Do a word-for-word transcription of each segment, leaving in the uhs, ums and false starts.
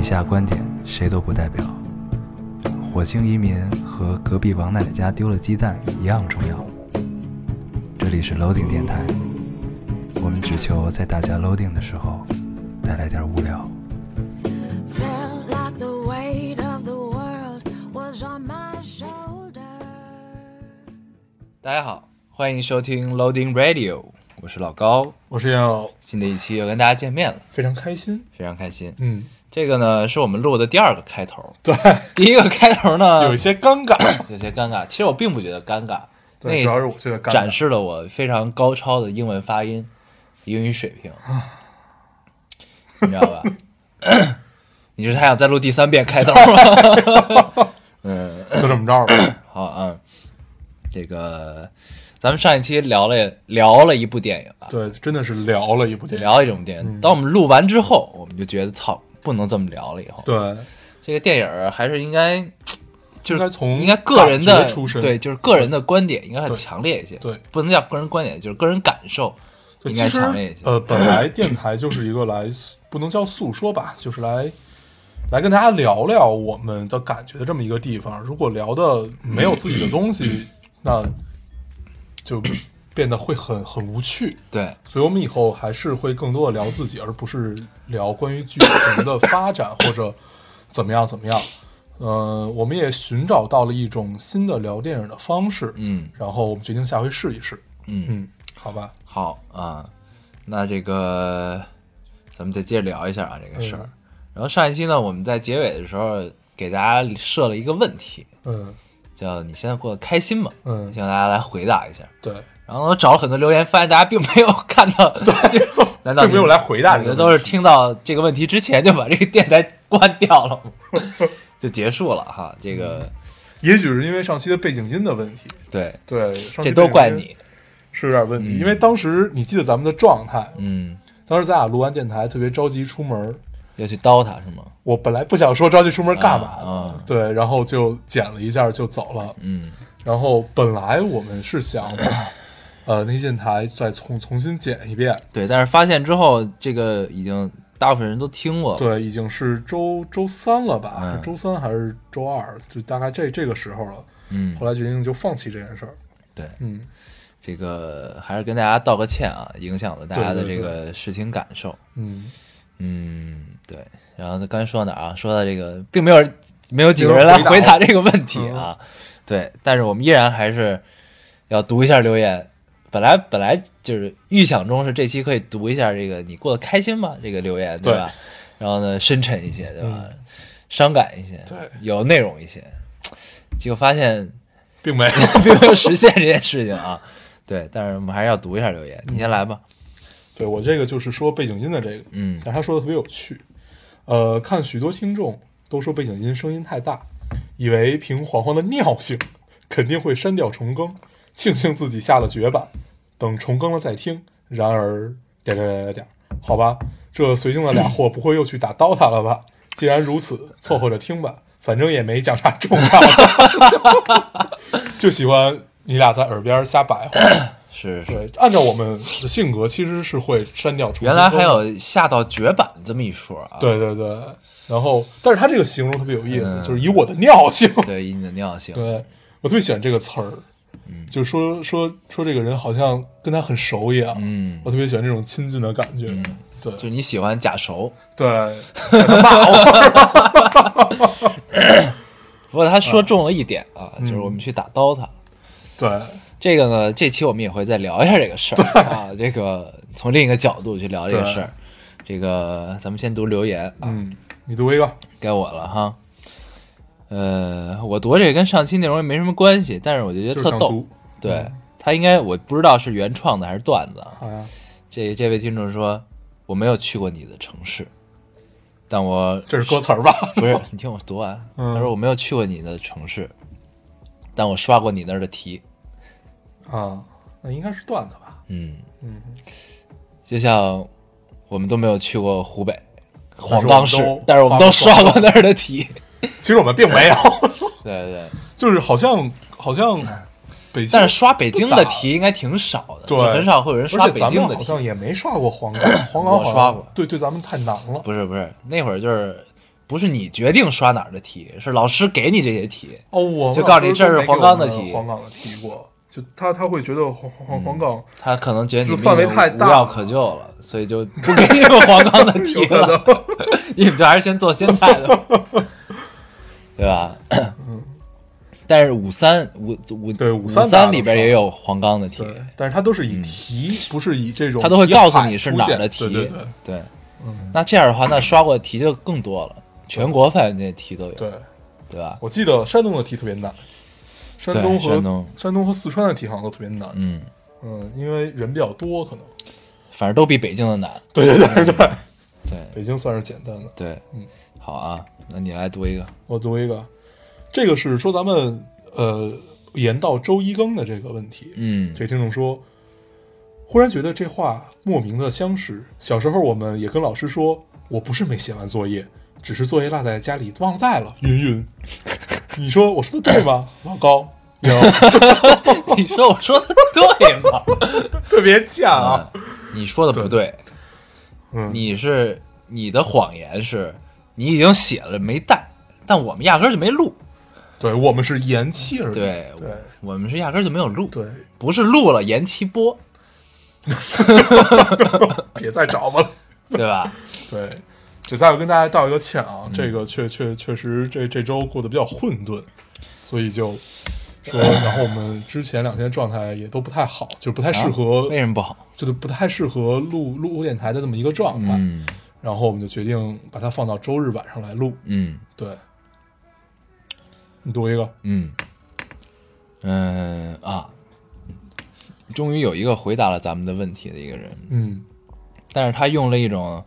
下观点谁都不代表。火星移民和隔壁王奶奶家丢了鸡蛋一样重要。这里是 Loading 电台，我们只求在大家 Loading 的时候带来点无聊。大家好，欢迎收听 Loading Radio， 我是老高， 我是耀， 新的一期又跟大家见面了， 非常开心， 非常开心。 嗯， 这个呢是我们录的第二个开头， 对， 第一个开头呢有一些尴尬， 有些尴尬。其实我并不觉得尴尬， 对，主要是我觉得尴尬， 展示了我非常高超的英文发音、英语水平，你知道吧？你是还想再录第三遍开头吗？嗯， 就这么着了。 好啊。嗯这个咱们上一期聊了聊了一部电影啊， 对，真的是聊了一部电影， 聊一种电影、嗯。当我们录完之后，我们就觉得操，不能这么聊了。以后， 对这个电影还是应该，就是应该从应该个人的出身， 对，就是个人的观点应该很强烈一些。 对，对不能叫个人观点，就是个人感受应该强烈一些。 呃，本来电台就是一个来不能叫诉说吧，就是来来跟大家聊聊我们的感觉的这么一个地方。如果聊的没有自己的东西。那就变得会很很无趣， 对， 所以我们以后还是会更多的聊自己，而不是聊关于剧情的发展或者怎么样怎么样。呃，我们也寻找到了一种新的聊电影的方式， 嗯， 然后我们决定下回试一试， 嗯嗯，好吧， 好啊，那这个咱们再接着聊一下啊这个事儿、嗯。然后上一期呢，我们在结尾的时候给大家设了一个问题，嗯。叫你现在过得开心吗？嗯，希望大家来回答一下。 对， 然后我找了很多留言，发现大家并没有看到， 对， 难道并没有来回答这个？ 都是听到这个问题之前就把这个电台关掉了，就结束了哈。这个、嗯、 也许是因为上期的背景音的问题。 对对，上期这都怪你， 是有点问题、 嗯。 因为当时你记得咱们的状态， 嗯， 当时咱俩录完电台特别着急出门。 要去刀他是吗？ 我本来不想说着急出门干嘛、 啊啊、 对，然后就剪了一下就走了。 嗯， 然后本来我们是想，呃，那些电台再重重新剪一遍。 对，但是发现之后，这个已经大部分人都听过了。 对，已经是周周三了吧？ 嗯、 周三还是周二？就大概这这个时候了。 嗯， 后来决定就放弃这件事儿。 对， 嗯， 这个还是跟大家道个歉啊，影响了大家的这个事情感受。 对对对嗯。 嗯，对，然后他刚才说到哪儿啊？说到这个，并没有没有几个人来回答这个问题啊。对，但是我们依然还是要读一下留言。本来本来就是预想中是这期可以读一下这个你过得开心吗？这个留言对吧？对，然后呢，深沉一些对吧？嗯、伤感一些， 对， 有内容一些。结果发现并没有并没有实现这件事情啊。对，但是我们还是要读一下留言。你先来吧。 对，我这个就是说背景音的这个， 嗯， 但他说的特别有趣。呃，看许多听众都说背景音声音太大，以为凭黄黄的尿性肯定会删掉重更，庆幸自己下了绝版，等重更了再听。然而点点点点点，好吧，这随性的俩货不会又去打 D O T A 了吧？既然如此，凑合着听吧，反正也没讲啥重要的，就喜欢你俩在耳边瞎白话。 是是， 对，按照我们的性格，其实是会删掉重新。 原来还有下到绝版这么一说啊！ 对对对，然后，但是他这个形容特别有意思，嗯、就是以我的尿性， 对，以你的尿性， 对我特别喜欢这个词儿，嗯，就是说说说这个人好像跟他很熟一样， 嗯， 我特别喜欢这种亲近的感觉， 嗯、 对， 就你喜欢假熟， 对，骂我。 不过他说中了一点啊，嗯、就是我们去打 D O T A， 对。 这个呢，这期我们也会再聊一下这个事儿啊。这个从另一个角度去聊这个事儿。这个咱们先读留言啊。 嗯，你读一个，该我了哈。呃，我读这个跟上期内容也没什么关系，但是我就觉得特逗。对、嗯、他应该我不知道是原创的还是段子啊。 啊这这位听众说，我没有去过你的城市，但我这是歌词吧？ 不是，你听我读完。嗯、他说我没有去过你的城市，但我刷过你那儿的题。 啊，那应该是段子吧？ 嗯嗯， 就像我们都没有去过湖北黄冈市， 但是我们都刷过那儿的题。 其实我们并没有。 对对， 就是好像好像北京， 但是刷北京的题应该挺少的， 对， 就很少会有人刷北京的题。 好像也没刷过黄冈，黄冈我刷过， 对对，咱们太难了。 不是不是，那会儿就是不是你决定刷哪儿的题，是老师给你这些题。 哦，我就告诉你这是黄冈的题， 黄冈的题过，就他他会觉得黄黄黄冈、嗯， 他可能觉得你范围太大， 无药可救了，所以就不给你们黄冈的题了。你们就还是先做现在的，对吧？嗯。但是五三五五对五三里边也有黄冈的题， 但是它都是以题、嗯，不是以这种他都会告诉你是哪儿的题。 对对对, 对、嗯，那这样的话，那刷过的题就更多了，全国范围内的题都有， 对对吧？ 我记得山东的题特别难，山东和山东山东和四川的题好像都特别难。 嗯嗯，因为人比较多，可能反正都比北京的难。 对对对对对， 北京算是简单的。 对， 嗯， 好啊，那你来读一个， 我读一个。这个是说咱们呃延到周一更的这个问题。 嗯， 这听众说，忽然觉得这话莫名的相识。小时候我们也跟老师说，我不是没写完作业，只是作业落在家里忘了带了。云云，你说我说的对吗？老高，有， 你说我说的对吗？ 特别像啊、 嗯！你说的不对， 嗯， 你是你的谎言是你已经写了没带，但我们压根就没录。 对，我们是延期而已。 对对， 我们是压根就没有录。 对， 不是录了，延期播。 别再找吧， 对吧？ 对，就再要跟大家道一个歉啊，嗯、这个确确确实这这周过得比较混沌，所以就说，然后我们之前两天状态也都不太好，就不太适合。 啊、为什么不好？ 就是不太适合录录电台的这么一个状态。 嗯， 然后我们就决定把它放到周日晚上来录。 嗯， 对。你读一个。 嗯嗯啊，终于有一个回答了咱们的问题的一个人。 嗯， 但是他用了一种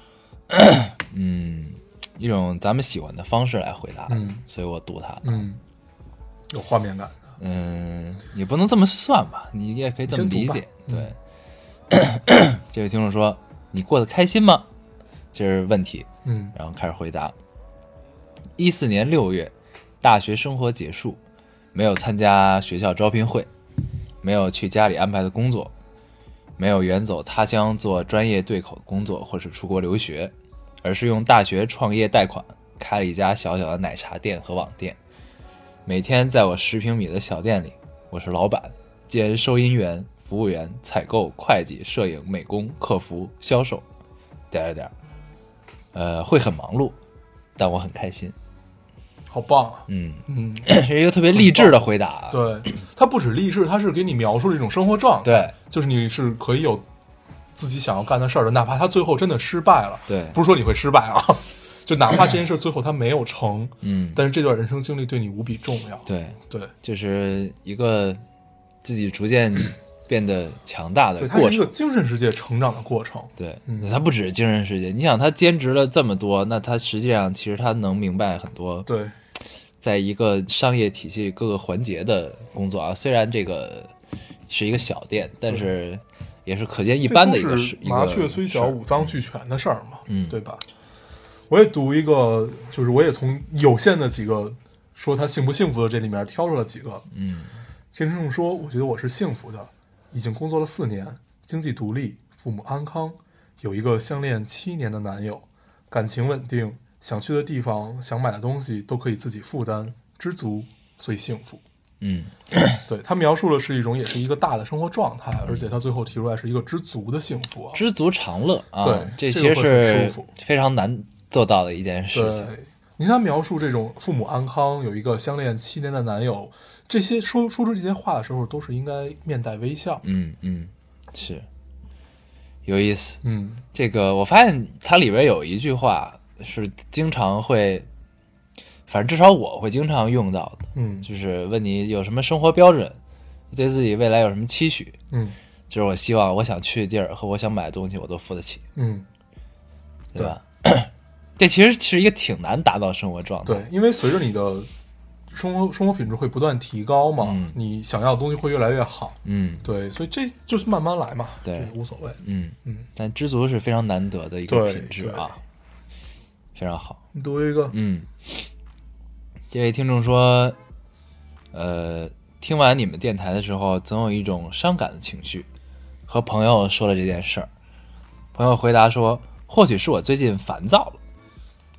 嗯一种咱们喜欢的方式来回答。 嗯， 所以我读他。 嗯，有画面感的。 嗯，也不能这么算吧，你也可以这么理解。对。嗯、这位听众说：“你过得开心吗？”这是问题。 嗯， 然后开始回答。一四年六月。大学生活结束，没有参加学校招聘会，没有去家里安排的工作，没有远走他乡做专业对口的工作或是出国留学，而是用大学创业贷款开了一家小小的奶茶店和网店。每天在我十平米的小店里，我是老板兼收银员、服务员、采购、会计、摄影、美工、客服、销售，点点点，呃，会很忙碌，但我很开心。 好棒啊！ 嗯嗯， 是一个特别励志的回答。 对，它不止励志，它是给你描述了一种生活状态。 对， 就是你是可以有自己想要干的事儿的，哪怕它最后真的失败了。 对， 不是说你会失败啊，就哪怕这件事最后它没有成， 嗯， 但是这段人生经历对你无比重要。 对对， 就是一个自己逐渐变得强大的过程。 对，它是一个精神世界成长的过程。 对， 嗯， 它不止精神世界。你想，他兼职了这么多，那他实际上其实他能明白很多。 对。 在一个商业体系各个环节的工作啊，虽然这个是一个小店，但是也是可见一斑的一个事。 麻雀虽小，五脏俱全的事儿嘛， 嗯， 对吧？我也读一个，就是我也从有限的几个说他幸不幸福的这里面挑出了几个。 嗯， 听众说，我觉得我是幸福的，已经工作了四年，经济独立，父母安康，有一个相恋七年的男友，感情稳定。想去的地方，想买的东西都可以自己负担，知足，所以幸福。 嗯， 对，他描述的是一种，也是一个大的生活状态，而且他最后提出来是一个知足的幸福、啊， 知足常乐啊。 对， 这其实是非常难做到的一件事情。 对，您他描述这种父母安康，有一个相恋七年的男友，这些说说出这些话的时候，都是应该面带微笑。 嗯嗯，是有意思。 嗯， 这个我发现它里边有一句话。是经常会，反正至少我会经常用到的， 嗯， 就是问你有什么生活标准，对自己未来有什么期许， 嗯， 就是我希望我想去的地儿和我想买的东西我都付得起， 嗯， 对吧？这其实是一个挺难达到生活状态， 对，因为随着你的生活生活品质会不断提高嘛， 嗯、 你想要的东西会越来越好， 嗯， 对，所以这就是慢慢来嘛， 对， 无所谓， 嗯嗯， 但知足是非常难得的一个品质啊。非常好， 你读一个。 嗯，这位听众说，呃，听完你们电台的时候，总有一种伤感的情绪。和朋友说了这件事儿，朋友回答说，或许是我最近烦躁了。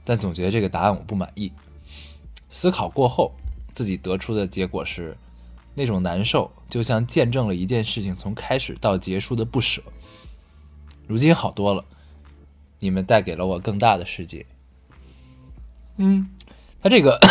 但总觉得这个答案我不满意。思考过后，自己得出的结果是，那种难受就像见证了一件事情从开始到结束的不舍。如今好多了，你们带给了我更大的世界。 嗯， 他这个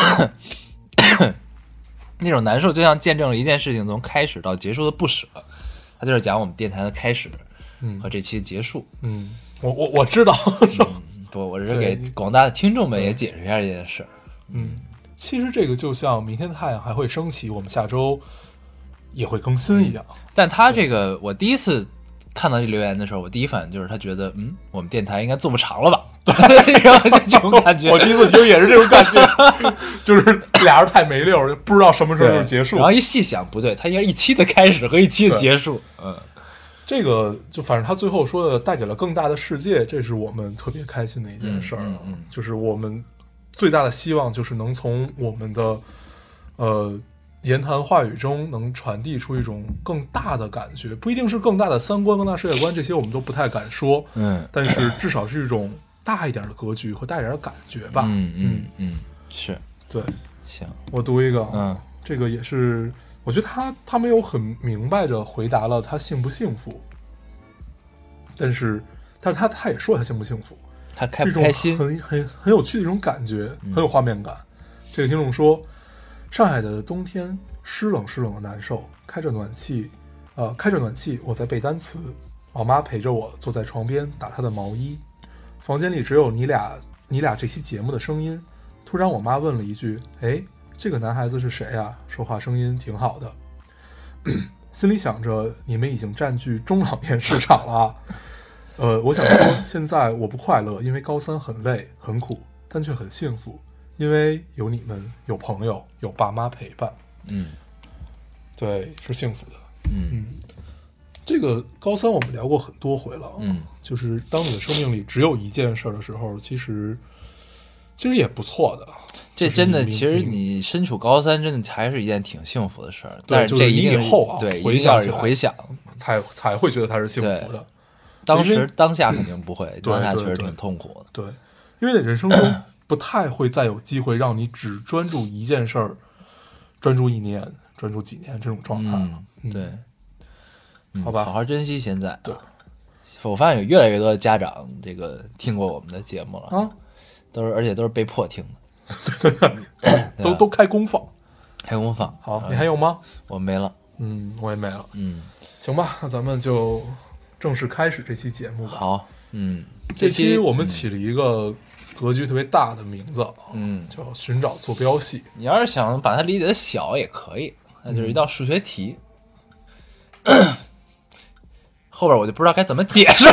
那种难受就像见证了一件事情从开始到结束的不舍，他就是讲我们电台的开始和这期结束。 嗯，我我我知道， 嗯、不，我是给广大的听众们也解释一下这件事。 嗯，其实这个就像明天太阳还会升起，我们下周也会更新一样。嗯、 但他这个，我第一次看到这留言的时候，我第一反应就是他觉得，嗯，我们电台应该做不长了吧？然后就这种感觉。 我第一次听也是这种感觉，就是俩人太没溜，不知道什么时候就结束。 然后一细想，不对，他应该一期的开始和一期的结束。嗯， 这个就反正他最后说的带给了更大的世界，这是我们特别开心的一件事儿。 嗯嗯嗯、 就是我们最大的希望就是能从我们的呃。言谈话语中能传递出一种更大的感觉，不一定是更大的三观、更大世界观，这些我们都不太敢说。 嗯， 但是至少是一种大一点的格局和大一点的感觉吧。 嗯嗯嗯，是对。 行， 我读一个， 嗯， 这个也是，我觉得他他没有很明白的回答了他幸不幸福，但是但是他他也说他幸不幸福， 他开不开心， 很很很有趣的一种感觉，很有画面感。嗯、这个听众说。上海的冬天湿冷湿冷的难受，开着暖气，呃，开着暖气，我在背单词，老妈陪着我坐在床边打她的毛衣，房间里只有你俩，你俩这期节目的声音。突然我妈问了一句：“哎，这个男孩子是谁啊？说话声音挺好的。”心里想着你们已经占据中老年市场了。呃，我想说，现在我不快乐，因为高三很累很苦，但却很幸福。因为有你们，有朋友，有爸妈陪伴， 嗯， 对，是幸福的。 嗯嗯，这个高三我们聊过很多回了， 嗯， 就是当你的生命里只有一件事的时候，其实其实也不错的。 这真的，其实你身处高三，真的还是一件挺幸福的事儿。 但是这一定以后啊， 对， 回想回想才才会觉得它是幸福的。 当时当下肯定不会， 嗯、 当下确实挺痛苦的。 对，因为在人生中。不太会再有机会让你只专注一件事儿，专注一年、专注几年这种状态了。 嗯、对、嗯， 好吧， 好好珍惜现在。 对， 我发现有越来越多的家长这个听过我们的节目了啊， 都是而且都是被迫听的， 对对对，都都开工坊， 开工坊。 好，你还有吗？ 我没了。 嗯，我也没了。 嗯， 行吧，那咱们就正式开始这期节目吧。 好，嗯， 这期我们起了一个。格局特别大的名字， 嗯， 叫寻找坐标系。 你要是想把它理解的小也可以，那就是一道数学题。 嗯、 后边我就不知道该怎么解释。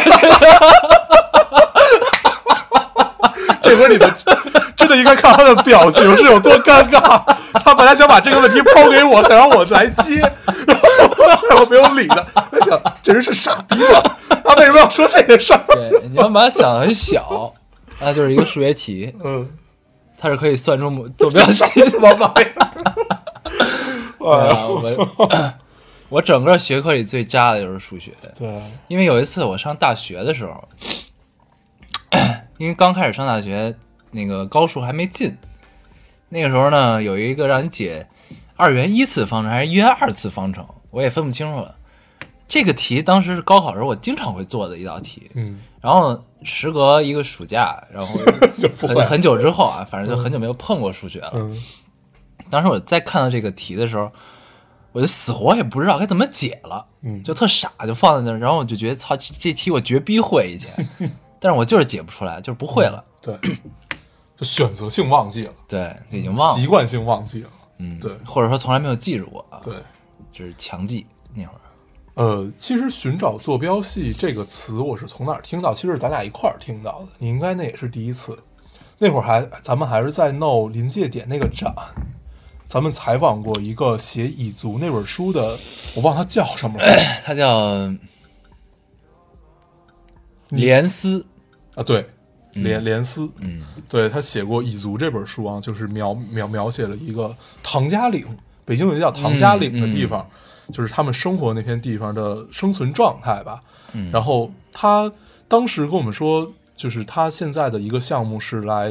这会儿你的真的应该看他的表情是有多尴尬。他本来想把这个问题抛给我，想让我来接，然后我没有理他。他想，这人是傻逼吧？他为什么要说这个事儿？ 对，你要把它想很小。那就是一个数学题， 嗯， 它是可以算出坐标系什么玩意儿？ 啊，我我整个学科里最渣的就是数学。 对， 因为有一次我上大学的时候，因为刚开始上大学，那个高数还没进，那个时候呢，有一个让你解二元一次方程还是一元二次方程，我也分不清楚了。这个题当时是高考时候我经常会做的一道题， 嗯， 然后时隔一个暑假，然后很很久之后啊，反正就很久没有碰过数学了。 嗯， 当时我再看到这个题的时候，我就死活也不知道该怎么解了， 嗯， 就特傻，就放在那儿，然后我就觉得操，这题我绝逼会以前，但是我就是解不出来，就是不会了。 嗯、对，就选择性忘记了， 对，就已经忘了， 习惯性忘记了， 嗯， 对， 或者说从来没有记住过啊， 对， 就是强记那会儿。 呃，其实寻找坐标系这个词我是从哪儿听到？其实咱俩一块儿听到的，你应该那也是第一次。那会儿还咱们还是在弄临界点那个展，咱们采访过一个写蚁族那本书的，我忘了他叫什么了， 他叫连斯啊，对，连连斯， 嗯， 对，他写过蚁族这本书啊，就是描描描写了一个唐家岭，北京有一个叫唐家岭的地方。嗯嗯就是他们生活那片地方的生存状态吧， 嗯， 然后他当时跟我们说，就是他现在的一个项目是来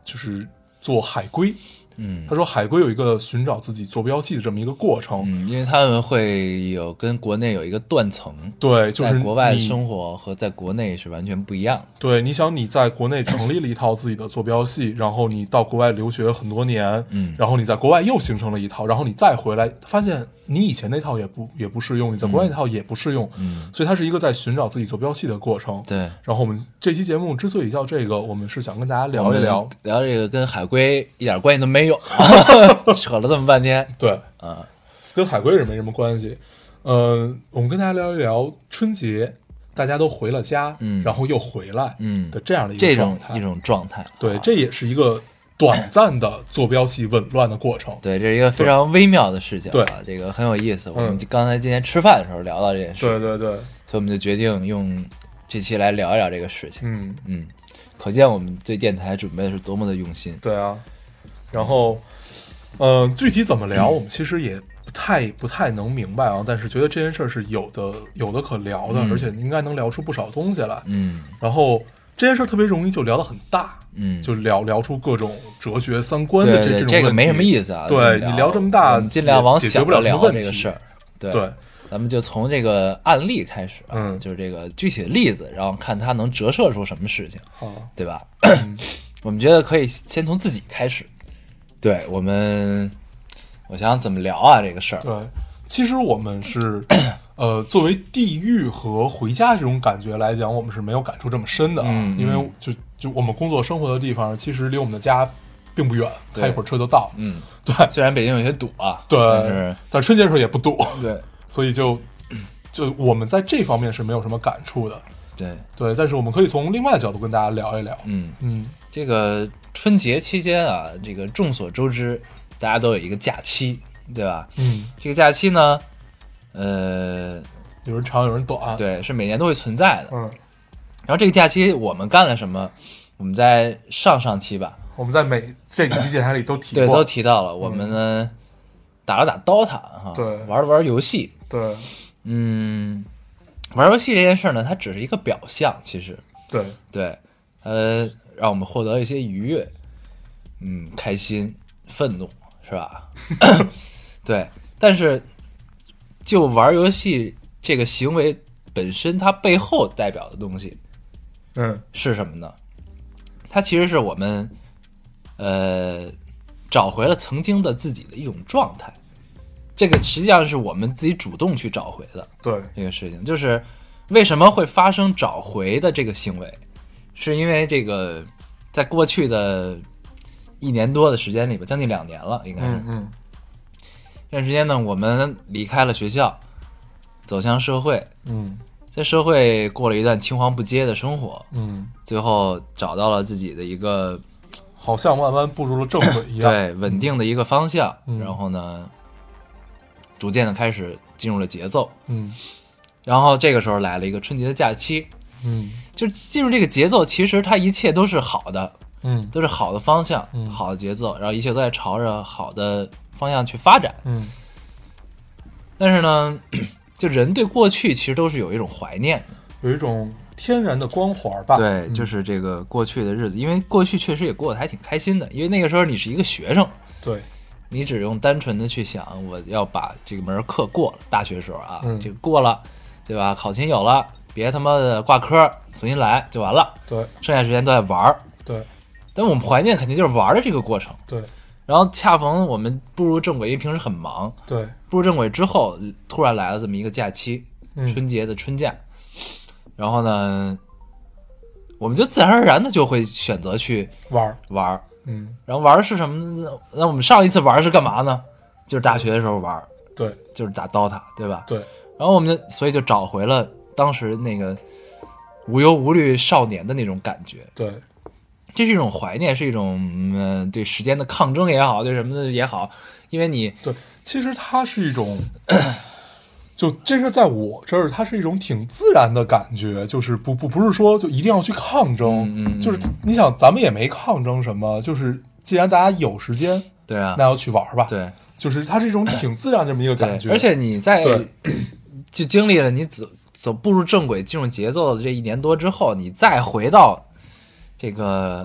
就是做海归。 嗯， 他说海归有一个寻找自己坐标系的这么一个过程。 嗯，因为他们会有跟国内有一个断层， 对，就是在国外的你生活和在国内是完全不一样的。 对，你想你在国内成立了一套自己的坐标系，然后你到国外留学很多年， 嗯然后你在国外又形成了一套，然后你再回来，发现你以前那套也不也不适用，你在国外那套也不适用， 嗯， 所以它是一个在寻找自己坐标系的过程。 对。 然后我们这期节目之所以叫这个，我们是想跟大家聊一聊， 聊这个跟海归一点关系都没有，扯了这么半天。 对， 啊， 跟海归是没什么关系。呃，我们跟大家聊一聊春节，大家都回了家， 嗯然后又回来， 嗯的这样的一个这状态， 种一种状态。 对， 啊这也是一个短暂的坐标系紊乱的过程。 对，这是一个非常微妙的事情对啊，这个很有意思。我们嗯刚才今天吃饭的时候聊到这件事， 对对对， 所以我们就决定用这期来聊一聊这个事情。 嗯， 嗯，可见我们对电台准备的是多么的用心。 对啊。然后，嗯、呃，具体怎么聊，我们其实也不太不太能明白啊。但是觉得这件事儿是有的有的可聊的， 嗯而且应该能聊出不少东西来。 嗯然后这件事儿特别容易就聊得很大， 嗯， 就聊聊出各种哲学三观的对对， 这这种问题这个没什么意思啊。 对你聊这么大我们尽量往解决不了小了聊什么问题这个事儿。对对， 咱们就从这个案例开始啊， 嗯就是这个具体的例子，然后看它能折射出什么事情， 好， 对吧？ 嗯我们觉得可以先从自己开始。对我们，我想想怎么聊啊这个事儿。 对，其实我们是，呃，作为地狱和回家这种感觉来讲，我们是没有感触这么深的啊， 嗯嗯因为就就我们工作生活的地方，其实离我们的家并不远， 对开一会儿车就到。 嗯， 对虽然北京有些堵啊， 对， 但是但春节的时候也不堵， 对所以就就我们在这方面是没有什么感触的。 对， 对，但是我们可以从另外的角度跟大家聊一聊。 嗯， 嗯这个春节期间啊，这个众所周知，大家都有一个假期，对吧？ 嗯， 这个假期呢，呃， 有人长有人短。， 对，是每年都会存在的。 嗯， 然后这个假期我们干了什么？我们在上上期吧， 我们在每这几期电台里都提过， 对，都提到了。我们呢，打了打 D O T A 哈， 对玩了玩游戏。 对嗯，玩游戏这件事呢，它只是一个表象，其实对对，呃，让我们获得了一些愉悦，嗯，开心、愤怒，是吧？对，但是就玩游戏这个行为本身，它背后代表的东西嗯是什么呢？它其实是我们，呃，找回了曾经的自己的一种状态。这个实际上是我们自己主动去找回的。 对这个事情就是为什么会发生找回的这个行为，是因为这个在过去的一年多的时间里边，将近两年了，应该是。 嗯嗯这段时间呢，我们离开了学校，走向社会， 嗯在社会过了一段青黄不接的生活， 嗯， 最后找到了自己的一个好像慢慢步入了正轨一样。 对稳定的一个方向， 嗯然后呢，逐渐的开始进入了节奏。 嗯然后这个时候来了一个春节的假期， 嗯就是进入这个节奏，其实它一切都是好的， 嗯都是好的方向， 嗯好的节奏，然后一切都在朝着好的方向去发展。 嗯但是呢，就人对过去其实都是有一种怀念的， 有一种天然的光环吧。 对， 嗯就是这个过去的日子，因为过去确实也过得还挺开心的，因为那个时候你是一个学生， 对， 你只用单纯的去想，我要把这个门课过了，大学时候啊， 嗯这个过了，对吧？考勤有了，别他妈的挂科，重新来就完了， 对剩下时间都在玩儿。 对但我们怀念肯定就是玩的这个过程。 对然后恰逢我们步入正轨，因为平时很忙， 对， 步入正轨之后，突然来了这么一个假期， 嗯春节的春假，然后呢，我们就自然而然的就会选择去玩儿。 玩儿。 嗯， 然后玩儿是什么呢？那我们上一次玩儿是干嘛呢？就是大学的时候玩儿， 对就是打 D O T A， 对吧？ 对然后我们就所以就找回了当时那个无忧无虑少年的那种感觉。 对这是一种怀念，是一种嗯、呃对时间的抗争也好，对什么的也好，因为你对，其实它是一种，就这是在我这儿，它是一种挺自然的感觉，就是不不不是说就一定要去抗争， 嗯嗯嗯就是你想咱们也没抗争什么，就是既然大家有时间， 对啊那，要去玩吧，， 对就是它是一种挺自然这么一个感觉， 对，而且你在对就经历了你走走步入正轨、进入节奏的这一年多之后，你再回到这个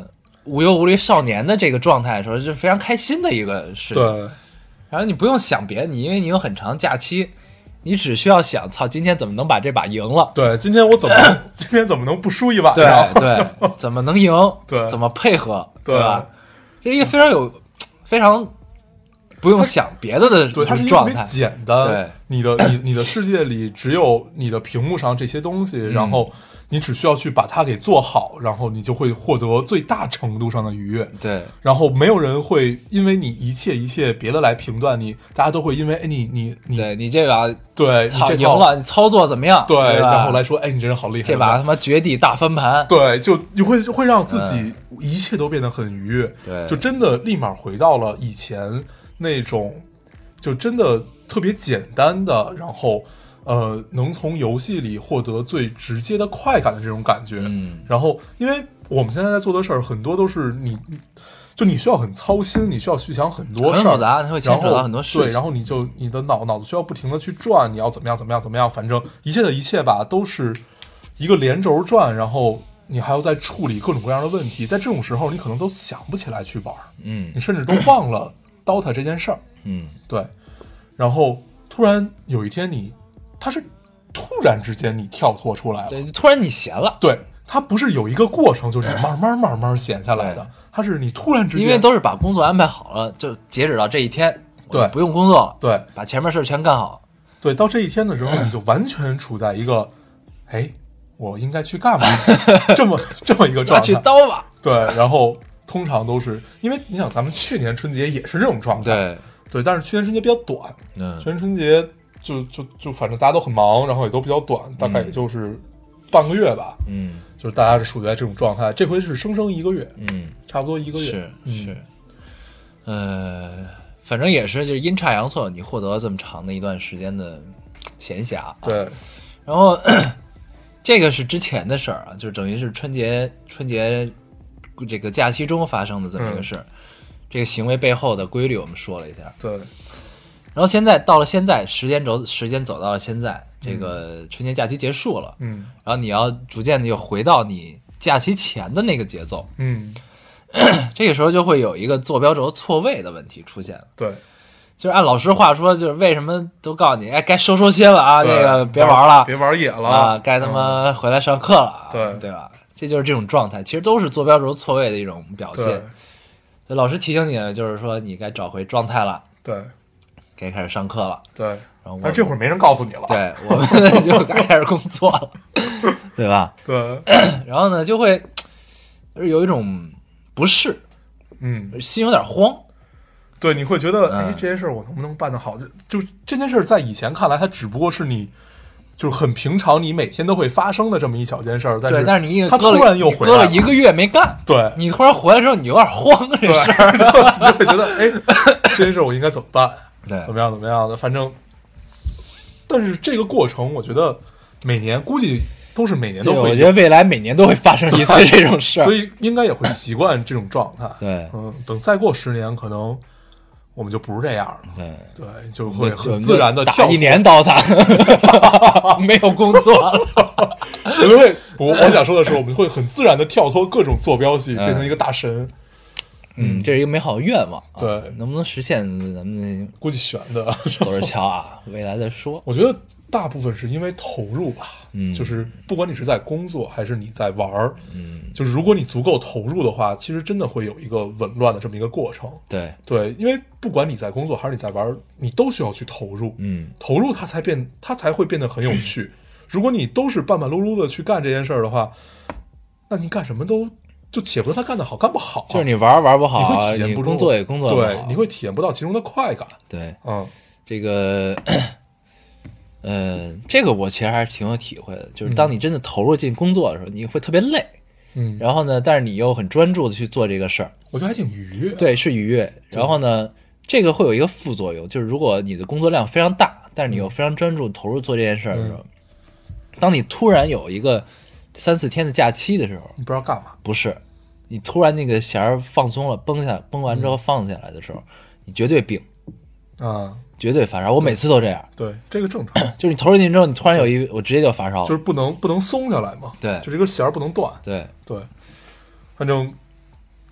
无忧无虑少年的这个状态的时候，是非常开心的一个事情。 对， 然后你不用想别的，你因为你有很长假期，你只需要想，操，今天怎么能把这把赢了？ 对，今天我怎么能今天怎么能不输一晚对上？ 对，怎么能赢？ 对， 怎么配合？ 对吧？这是一个非常有非常不用想别的的对，它是一个特别状态。 简单。 对， 你的你你的世界里只有你的屏幕上这些东西， 嗯、 然后你只需要去把它给做好，然后你就会获得最大程度上的愉悦。 对， 然后没有人会因为你一切一切别的来评断你，大家都会因为哎你你你对你这把对操你赢了，你操作怎么样？ 对， 对然后来说哎你这人好厉害， 这把他妈绝地大翻盘。 对，就你会会让自己一切都变得很愉悦。 对， 就真的立马回到了以前那种。就真的特别简单的，然后呃，能从游戏里获得最直接的快感的这种感觉。 嗯， 然后因为我们现在在做的事儿很多都是你，就你需要很操心，你需要去想很多事儿， 很复杂，它会牵扯到很多事情。 对，然后你就你的脑脑子需要不停的去转，你要怎么样怎么样怎么样，反正一切的一切吧，都是一个连轴转，然后你还要再处理各种各样的问题，在这种时候你可能都想不起来去玩， 嗯， 你甚至都忘了DOTA 这件事儿。 嗯， 对，然后突然有一天你，它是突然之间你跳脱出来了， 对，突然你闲了， 对，它不是有一个过程，就是你慢慢慢慢闲下来的，它是你突然之间， 因为都是把工作安排好了，就截止到这一天， 对， 不用工作了， 对， 把前面事全干好， 对，到这一天的时候，你就完全处在一个，哎，我应该去干嘛？这么这么一个状态， 去刀吧， 对，然后通常都是因为你想，咱们去年春节也是这种状态， 对。 对，但是去年春节比较短， 嗯， 去年春节就就就反正大家都很忙，然后也都比较短，大概也就是半个月吧， 嗯， 就是大家是处在这种状态。这回是生生一个月， 嗯， 差不多一个月， 是、 嗯、 是，呃，反正也是就是阴差阳错，你获得了这么长的一段时间的闲暇、啊， 对， 然后这个是之前的事儿啊，就等于是春节春节这个假期中发生的这么一个事儿。嗯，这个行为背后的规律我们说了一下， 对。 然后现在到了现在，时间轴时间走到了现在，这个春节假期结束了， 嗯， 然后你要逐渐的又回到你假期前的那个节奏， 嗯， 这个时候就会有一个坐标轴错位的问题出现了。 对， 就是按老师话说，就是为什么都告诉你，哎，该收收心了啊，这个别玩了， 别玩野了啊，该他妈回来上课了， 对对吧？这就是这种状态，其实都是坐标轴错位的一种表现。老师提醒你的就是说你该找回状态了， 对， 该开始上课了， 对。 然后但这会儿没人告诉你了， 对，我们就该开始工作了，对吧？ 对。 然后呢，就会有一种不适， 嗯， 心有点慌。 对，你会觉得，哎、 嗯， 这件事我能不能办得好？就就这件事在以前看来，它只不过是你。就是很平常，你每天都会发生的这么一小件事儿，但是对，但是你他突然又回来了，搁了一个月没干， 对， 你突然回来之后，你有点慌，这事儿，你就会觉得，哎，这件事我应该怎么办？ 对， 怎么样怎么样的，反正，但是这个过程，我觉得每年估计都是每年都会， 我觉得未来每年都会发生一次这种事儿， 所以应该也会习惯这种状态。 对， 嗯，等再过十年，可能。我们就不是这样了， 对对，就会很自然的跳打一年刀塔，没有工作了。 因为我我想说的是，我们会很自然的跳脱各种坐标系，变成一个大神。 嗯，这是一个美好的愿望。 对， 能不能实现，咱们估计悬的， 走着瞧啊，未来再说。 我觉得大部分是因为投入吧， 嗯， 就是不管你是在工作还是你在玩儿， 嗯， 就是如果你足够投入的话，其实真的会有一个紊乱的这么一个过程。 对对，因为不管你在工作还是你在玩儿，你都需要去投入， 嗯， 投入它才变，它才会变得很有趣。如果你都是半半碌碌的去干这件事儿的话，那你干什么都就且不说他干得好干不好， 就是你玩玩不好， 你会体验不你工作也工作不好， 对，你会体验不到其中的快感。 对， 嗯， 这个。呃，这个我其实还是挺有体会的，就是当你真的投入进工作的时候，嗯、你会特别累， 嗯， 然后呢，但是你又很专注的去做这个事儿， 我觉得还挺愉悦， 对，是愉悦。然后呢，这个会有一个副作用，就是如果你的工作量非常大，但是你又非常专注投入做这件事儿的时候，嗯、当你突然有一个三四天的假期的时候， 你不知道干嘛， 不是，你突然那个弦儿放松了，绷下绷完之后放下来的时候，嗯、你绝对病， 啊。 绝对发烧，我每次都这样。 对，这个正常。 就是你投入进去之后，你突然有一，我直接就发烧了。 就是不能不能松下来嘛。 对， 就这个弦儿不能断。 对对，反正，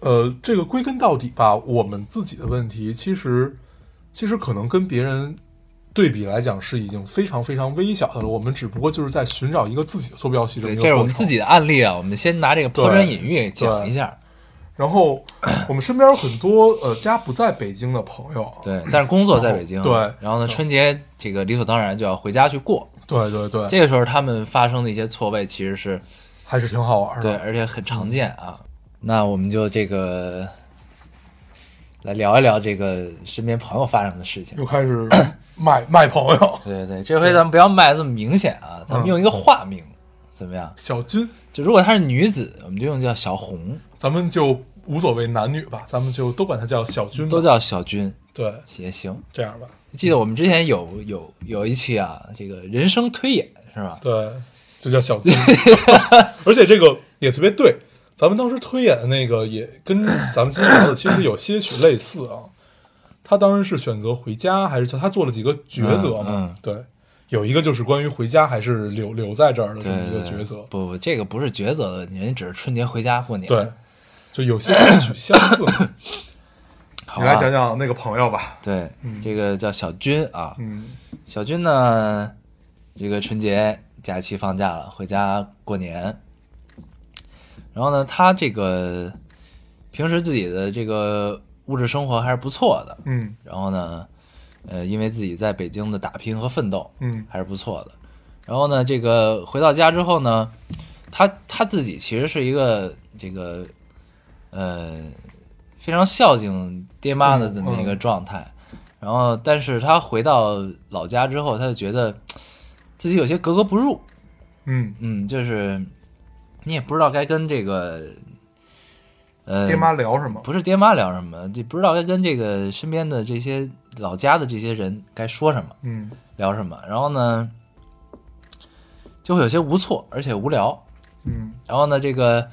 呃，这个归根到底吧，我们自己的问题，其实其实可能跟别人对比来讲是已经非常非常微小的了。我们只不过就是在寻找一个自己的坐标系这么一个过程。 这是我们自己的案例啊，我们先拿这个抛砖引玉讲一下。 然后我们身边有很多呃家不在北京的朋友， 对，但是工作在北京， 对， 然后呢，春节这个理所当然就要回家去过， 对对对， 这个时候他们发生的一些错位其实是还是挺好玩的， 对，而且很常见啊。那我们就这个来聊一聊这个身边朋友发生的事情， 又开始卖卖朋友， 对对，这回咱们不要卖这么明显啊，咱们用一个化名，嗯、怎么样？ 小军， 就如果她是女子，我们就用叫小红， 咱们就无所谓男女吧，咱们就都管她叫小军吧， 都叫小军， 对， 也行， 这样吧。 记得我们之前有有有一期啊，这个人生推演是吧？ 对，就叫小军，而且这个也特别对。咱们当时推演的那个也跟咱们今天聊的其实有些许类似啊。他当时是选择回家，还是他做了几个抉择嘛？ 嗯嗯、 对，有一个就是关于回家还是留留在这儿的这么一个抉择。 不不，这个不是抉择的问题，人家只是春节回家过年。 对，就有些些许相似。 好啊、 你来讲讲那个朋友吧。 对， 嗯、 这个叫小军啊。 嗯， 小军呢，这个春节假期放假了，回家过年。然后呢，他这个平时自己的这个物质生活还是不错的， 嗯， 然后呢，呃，因为自己在北京的打拼和奋斗， 嗯， 还是不错的。然后呢，这个回到家之后呢，他他自己其实是一个这个呃非常孝敬爹妈的这么一个状态。嗯、然后，但是他回到老家之后，他就觉得自己有些格格不入， 嗯嗯，就是。你也不知道该跟这个，呃， 爹妈聊什么？ 不是爹妈聊什么，就不知道该跟这个身边的这些老家的这些人该说什么， 嗯， 聊什么。然后呢，就会有些无措，而且无聊， 嗯。 然后呢，这个，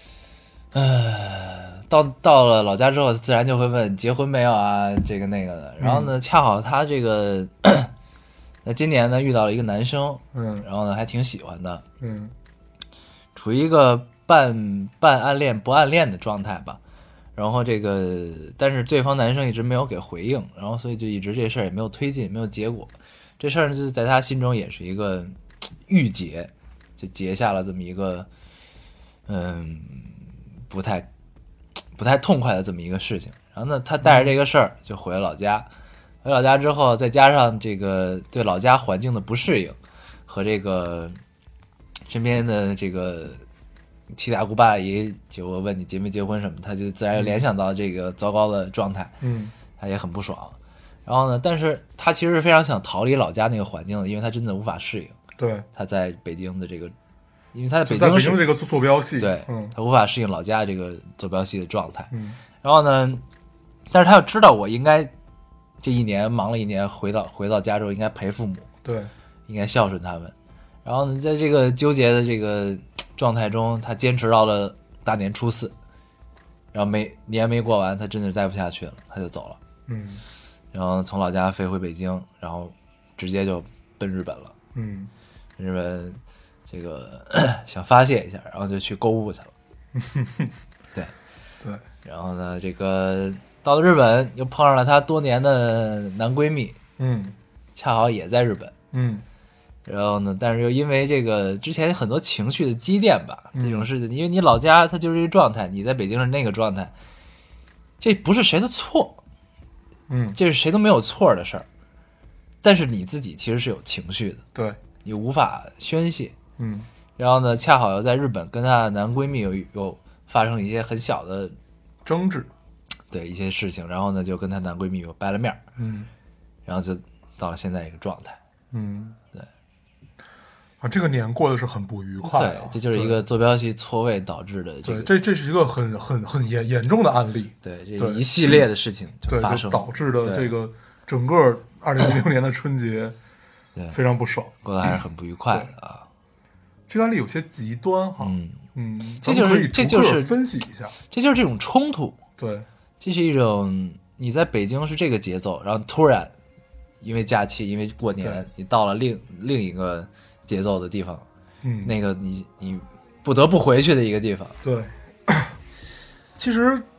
呃，到到了老家之后，自然就会问结婚没有啊，这个那个的。然后呢，恰好他这个，那今年呢遇到了一个男生， 嗯， 然后呢还挺喜欢的， 嗯。 处于一个半半暗恋不暗恋的状态吧，然后这个但是对方男生一直没有给回应，然后所以就一直这事儿也没有推进，没有结果。这事儿就是在他心中也是一个郁结，就结下了这么一个嗯不太不太痛快的这么一个事情。然后呢，他带着这个事儿就回了老家，回老家之后，再加上这个对老家环境的不适应和这个。身边的这个七大姑八大姨就问你结没结婚什么，他就自然联想到这个糟糕的状态， 嗯， 他也很不爽。然后呢，但是他其实是非常想逃离老家那个环境的，因为他真的无法适应。 对， 他在北京的这个，因为他在北京在北京这个坐标系， 对， 嗯， 他无法适应老家这个坐标系的状态。 嗯， 然后呢，但是他要知道我应该这一年忙了一年，回到回到家之后应该陪父母， 对， 应该孝顺他们。然后呢，在这个纠结的这个状态中，他坚持到了大年初四，然后没年没过完，他真的是待不下去了，他就走了。 嗯， 然后从老家飞回北京，然后直接就奔日本了。 嗯， 日本这个想发泄一下，然后就去购物去了。对对， 然后呢，这个到了日本又碰上了她多年的男闺蜜， 嗯， 恰好也在日本。 嗯。 然后呢，但是又因为这个之前很多情绪的积淀吧，这种事情，因为你老家它就是这个状态，你在北京是那个状态，这不是谁的错， 嗯， 这是谁都没有错的事儿，但是你自己其实是有情绪的， 对， 你无法宣泄， 嗯， 然后呢，恰好又在日本跟她的男闺蜜有有发生一些很小的争执， 对一些事情，然后呢，就跟她男闺蜜又掰了面， 嗯， 然后就到了现在这个状态， 嗯， 对。 啊，这个年过得是很不愉快的、 啊，对，这就是一个坐标系错位导致的、这个。 对，这这是一个很很很严严重的案例。 对，这一系列的事情就发生， 对，就导致的这个整个二零一六年的春节， 对， 非常不爽， 过得还是很不愉快的啊。 这个案例有些极端哈， 嗯嗯， 这就是这就是分析一下， 这就是这种冲突。 对， 这是一种你在北京是这个节奏，然后突然因为假期，因为过年，你到了另另一个节奏的地方， 嗯， 那个你你不得不回去的一个地方。 对，其实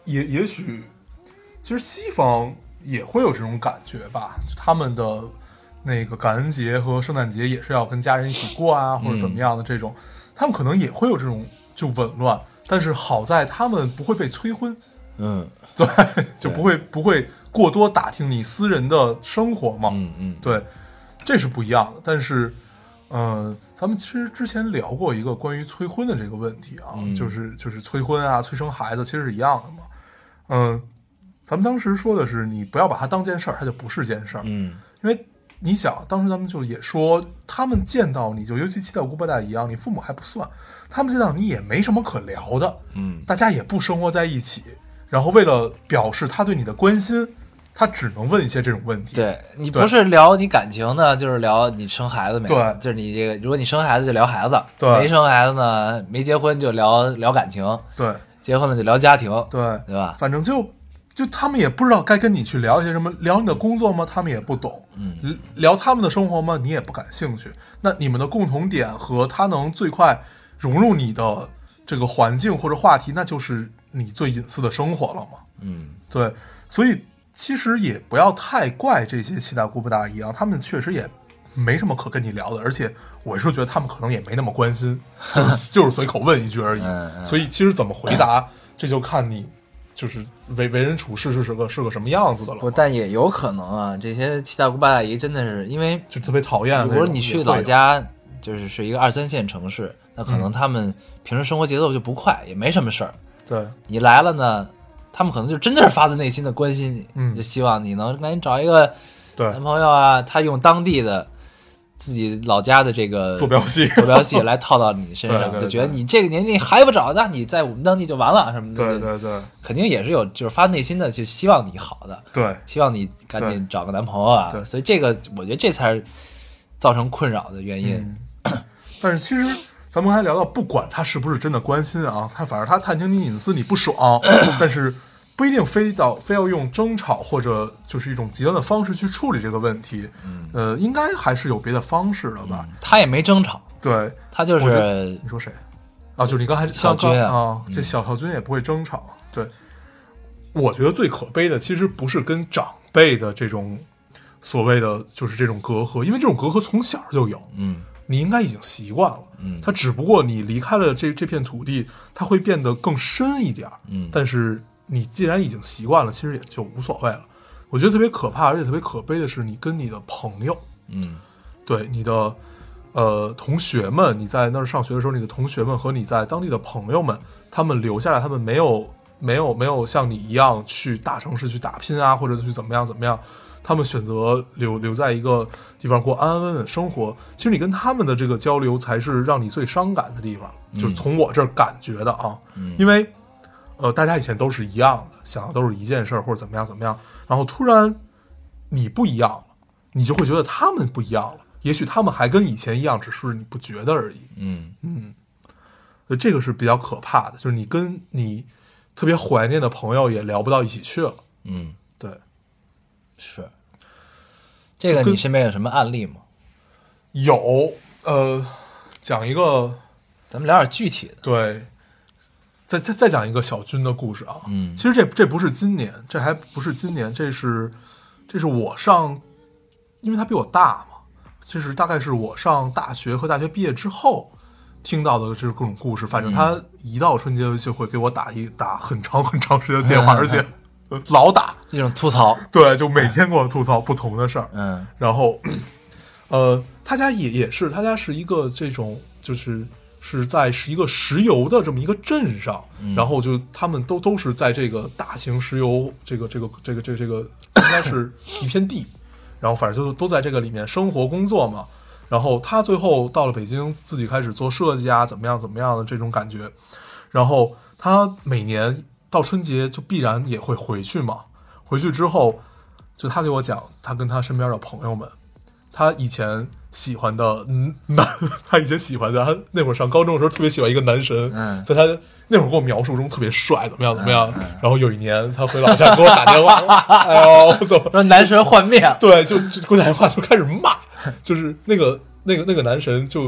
也也许，其实西方也会有这种感觉吧，他们的那个感恩节和圣诞节也是要跟家人一起过啊，或者怎么样的这种，他们可能也会有这种就紊乱，但是好在他们不会被催婚， 嗯， 对，就不会不会过多打听你私人的生活嘛， 嗯嗯， 对，这是不一样的。但是，嗯、呃，咱们其实之前聊过一个关于催婚的这个问题啊， 嗯、 就是就是催婚啊、催生孩子，其实是一样的嘛。嗯、呃，咱们当时说的是，你不要把它当件事儿，它就不是件事儿。 嗯， 因为你想，当时咱们就也说，他们见到你就，尤其七大姑八大姨一样，你父母还不算，他们见到你也没什么可聊的， 嗯， 大家也不生活在一起，然后为了表示他对你的关心。他只能问一些这种问题， 对你不是聊你感情呢，就是聊你生孩子没？ 对， 就是你这个，如果你生孩子就聊孩子， 对， 没生孩子呢，没结婚就聊聊感情， 对， 结婚了就聊家庭， 对， 对吧？ 反正就就他们也不知道该跟你去聊一些什么，聊你的工作吗？他们也不懂， 嗯， 聊他们的生活吗？你也不感兴趣。那你们的共同点和他能最快融入你的这个环境或者话题，那就是你最隐私的生活了嘛？ 嗯， 对，所以。其实也不要太怪这些七大姑八大姨啊，他们确实也没什么可跟你聊的，而且我是觉得他们可能也没那么关心，就是就是随口问一句而已。 嗯嗯、 所以其实怎么回答，这就看你就是为为人处事是个是个什么样子的了。 不，但也有可能啊，这些七大姑八大姨真的是因为就特别讨厌。 比如你去老家，就是是一个二三线城市，那可能他们平时生活节奏就不快，嗯、也没什么事儿。 对， 你来了呢。他们可能就真的是发自内心的关心你， 嗯， 就希望你能赶紧找一个男朋友啊。他用当地的自己老家的这个坐标系， 坐标系来套到你身上， 对对对， 就觉得你这个年龄还不找，那你在我们当地就完了什么的。 对对对， 肯定也是有就是发内心的，就希望你好的， 对， 希望你赶紧找个男朋友啊。 对， 所以这个我觉得这才是造成困扰的原因。 嗯、但是其实。咱们刚才聊到，不管他是不是真的关心啊，他反正他探听你隐私你不爽，但是不一定非到非要用争吵或者就是一种极端的方式去处理这个问题。 嗯， 呃，应该还是有别的方式的吧？ 嗯、他也没争吵， 对他就是你说谁啊？就是你刚才小军啊， 啊这小小军也不会争吵。嗯、对，我觉得最可悲的其实不是跟长辈的这种所谓的就是这种隔阂，因为这种隔阂从小就有。 嗯。 你应该已经习惯了， 嗯， 它只不过你离开了这这片土地，它会变得更深一点， 嗯， 但是你既然已经习惯了，其实也就无所谓了。我觉得特别可怕，而且特别可悲的是，你跟你的朋友， 嗯， 对你的呃同学们，你在那儿上学的时候，你的同学们和你在当地的朋友们，他们留下来，他们没有没有没有像你一样去大城市去打拼啊，或者去怎么样怎么样。他们选择留留在一个地方过安安稳稳的生活，其实你跟他们的这个交流才是让你最伤感的地方， 嗯、 就是从我这儿感觉的啊， 嗯、 因为呃大家以前都是一样的，想的都是一件事儿或者怎么样怎么样，然后突然你不一样了，你就会觉得他们不一样了，也许他们还跟以前一样，只是你不觉得而已。 嗯嗯，所以这个是比较可怕的，就是你跟你特别怀念的朋友也聊不到一起去了。 嗯， 对。 是，这个你身边有什么案例吗？ 有，呃，讲一个， 咱们聊点具体的。 对，再再再讲一个小军的故事啊。 嗯， 其实这这不是今年，这还不是今年，这是这是我上，因为他比我大嘛，这是大概是我上大学和大学毕业之后听到的，这是各种故事。反正他一到春节就会给我打一打很长很长时间的电话，而且。老打这种吐槽， 对，就每天给我吐槽不同的事儿。 嗯， 然后，呃，他家也也是，他家是一个这种，就是是在是一个石油的这么一个镇上， 嗯、 然后就他们都都是在这个大型石油这个这个这个这个这个应该是一片地，然后反正就都在这个里面生活工作嘛。然后他最后到了北京，自己开始做设计啊，怎么样怎么样的这种感觉。然后他每年。到春节就必然也会回去嘛，回去之后，就他给我讲，他跟他身边的朋友们，他以前喜欢的男，他以前喜欢的，他那会儿上高中的时候特别喜欢一个男神， 嗯， 在他那会儿给我描述中特别帅，怎么样怎么样。嗯嗯、然后有一年他回老家给我打电话，哎呦，怎么说男神幻灭？ 对，就就给我打电话就开始骂，就是那个那个那个男神就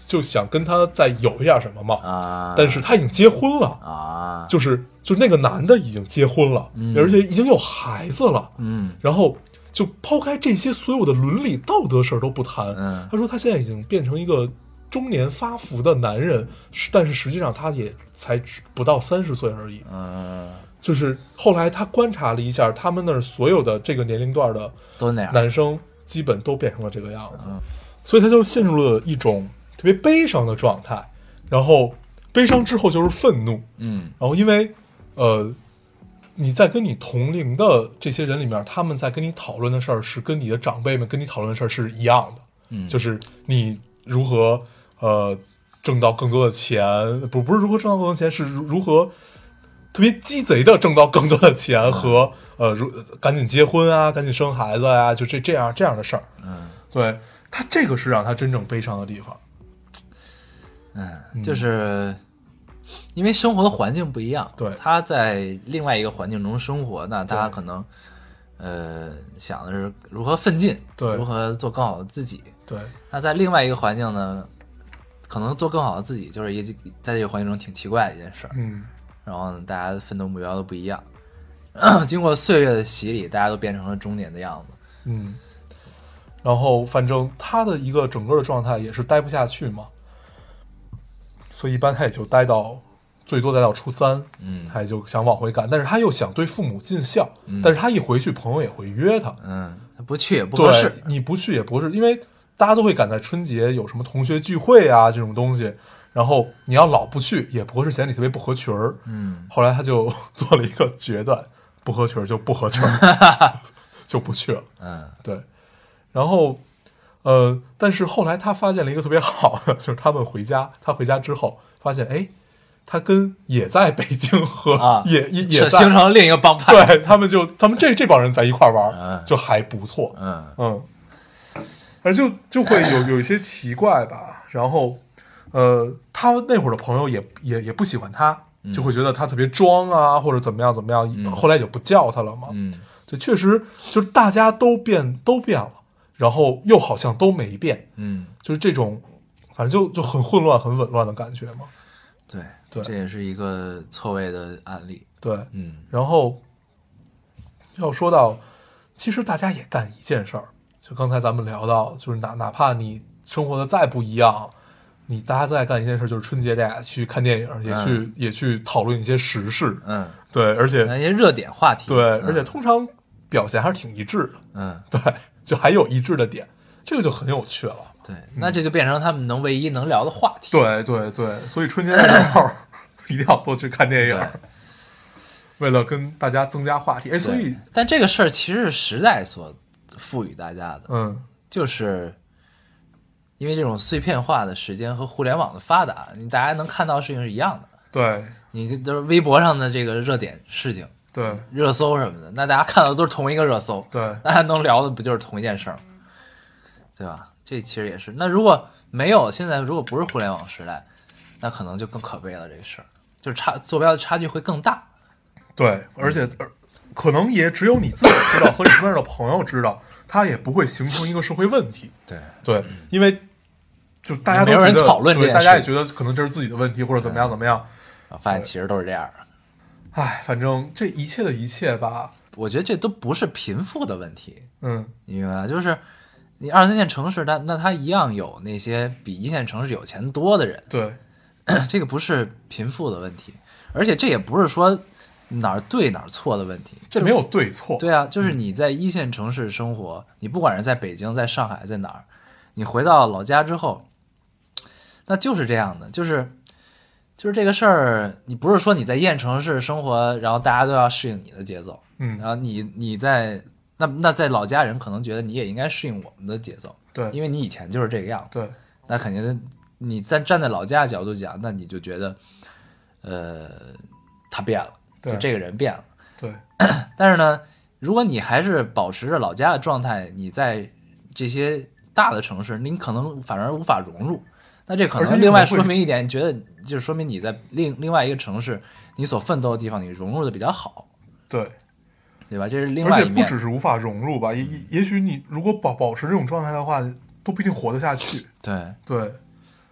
就想跟他再有一点什么嘛。 啊， 但是他已经结婚了啊， 就是就是那个男的已经结婚了， 嗯而且已经有孩子了。 嗯然后就抛开这些所有的伦理道德事儿都不谈， 嗯他说他现在已经变成一个中年发福的男人，但是实际上他也才不到三十岁而已。 嗯， 就是后来他观察了一下，他们那儿所有的这个年龄段的都那样， 男生基本都变成了这个样子， 嗯所以他就陷入了一种特别悲伤的状态。然后悲伤之后就是愤怒， 嗯然后因为呃你在跟你同龄的这些人里面，他们在跟你讨论的事儿是跟你的长辈们跟你讨论的事儿是一样的， 嗯， 就是你如何呃挣到更多的钱，不不是如何挣到更多的钱，是如如何特别鸡贼的挣到更多的钱和、嗯、呃如赶紧结婚啊，赶紧生孩子呀、啊，就这这样这样的事儿。 嗯， 对，他这个是让他真正悲伤的地方。 嗯，就是因为生活的环境不一样， 对， 他在另外一个环境中生活，那他对可能呃想的是如何奋进， 对， 如何做更好的自己。 对， 那在另外一个环境呢，可能做更好的自己，就是一在这个环境中挺奇怪的一件事儿。 嗯， 然后呢，大家的奋斗目标都不一样，经过岁月的洗礼，大家都变成了中年的样子。 嗯，然后反正他的一个整个的状态也是待不下去嘛，所以一般他也就待到最多待到初三， 嗯， 他也就想往回赶，但是他又想对父母尽孝， 嗯、 但是他一回去，朋友也会约他， 嗯，他不去也不合适， 你不去也不是，因为大家都会赶在春节有什么同学聚会啊这种东西，然后你要老不去，也不合适，显得你特别不合群儿。 嗯， 后来他就做了一个决断，不合群儿就不合群儿，就不去了。 嗯， 对，然后。呃，但是后来他发现了一个特别好的，就是他们回家，他回家之后发现，哎，他跟也在北京和、 啊、 也也也在形成另一个帮派， 对他们就他们这这帮人在一块玩、嗯，就还不错， 嗯嗯，而就就会有有一些奇怪吧，然后呃，他那会儿的朋友也也也不喜欢他，就会觉得他特别装啊，或者怎么样怎么样， 嗯、 后来也不叫他了嘛， 嗯， 就确实就是大家都变都变了。然后又好像都没变， 嗯， 就是这种，反正就就很混乱、很紊乱的感觉嘛。 对对， 这也是一个错位的案例。 对， 嗯。 然后要说到，其实大家也干一件事儿，就刚才咱们聊到，就是哪哪怕你生活的再不一样，你大家在干一件事，就是春节大家去看电影，也去、嗯、也去讨论一些时事。 嗯， 对，而且那些热点话题。 对， 嗯、 而且通常表现还是挺一致的。 嗯， 对。就还有一致的点，这个就很有趣了。 对，那这就变成他们能唯一能聊的话题。 对对对，所以春节的时候一定要多去看电影，为了跟大家增加话题。哎，所以， 但这个事儿其实是时代所赋予大家的， 嗯， 就是因为这种碎片化的时间和互联网的发达，你大家能看到的事情是一样的。 对， 你就是微博上的这个热点事情。 对， 热搜什么的，那大家看到的都是同一个热搜， 对， 大家能聊的不就是同一件事儿，对吧？这其实也是。那如果没有现在，如果不是互联网时代，那可能就更可悲了。这个事儿就是差坐标的差距会更大。 对，而且、嗯、可能也只有你自己知道，和你身边的朋友知道，它也不会形成一个社会问题。 对对，因为就大家都没有人讨论这件事， 大家也觉得可能这是自己的问题，或者怎么样怎么样。 嗯、发现其实都是这样的。 唉，反正这一切的一切吧， 我觉得这都不是贫富的问题， 嗯， 你明白吧？就是你二三线城市，那那它一样有那些比一线城市有钱多的人， 对， 这个不是贫富的问题，而且这也不是说哪儿对哪儿错的问题， 这没有对错。 对啊，就是你在一线城市生活，你不管是在北京、在上海、在哪儿，你回到老家之后，那就是这样的，就是。就是这个事儿，你不是说你在一线城市生活，然后大家都要适应你的节奏， 嗯， 然后你你在那那在老家人可能觉得你也应该适应我们的节奏， 对， 因为你以前就是这个样子， 对， 那肯定你在站在老家的角度讲，那你就觉得，呃，他变了，就这个人变了， 对， 但是呢，如果你还是保持着老家的状态，你在这些大的城市，你可能反而无法融入。那这可能另外说明一点，你觉得就是说明你在另另外一个城市，你所奋斗的地方，你融入的比较好， 对， 对吧？这是另外一面。 而且不只是无法融入吧，也也许你如果保保持这种状态的话，都不一定活得下去。 对对，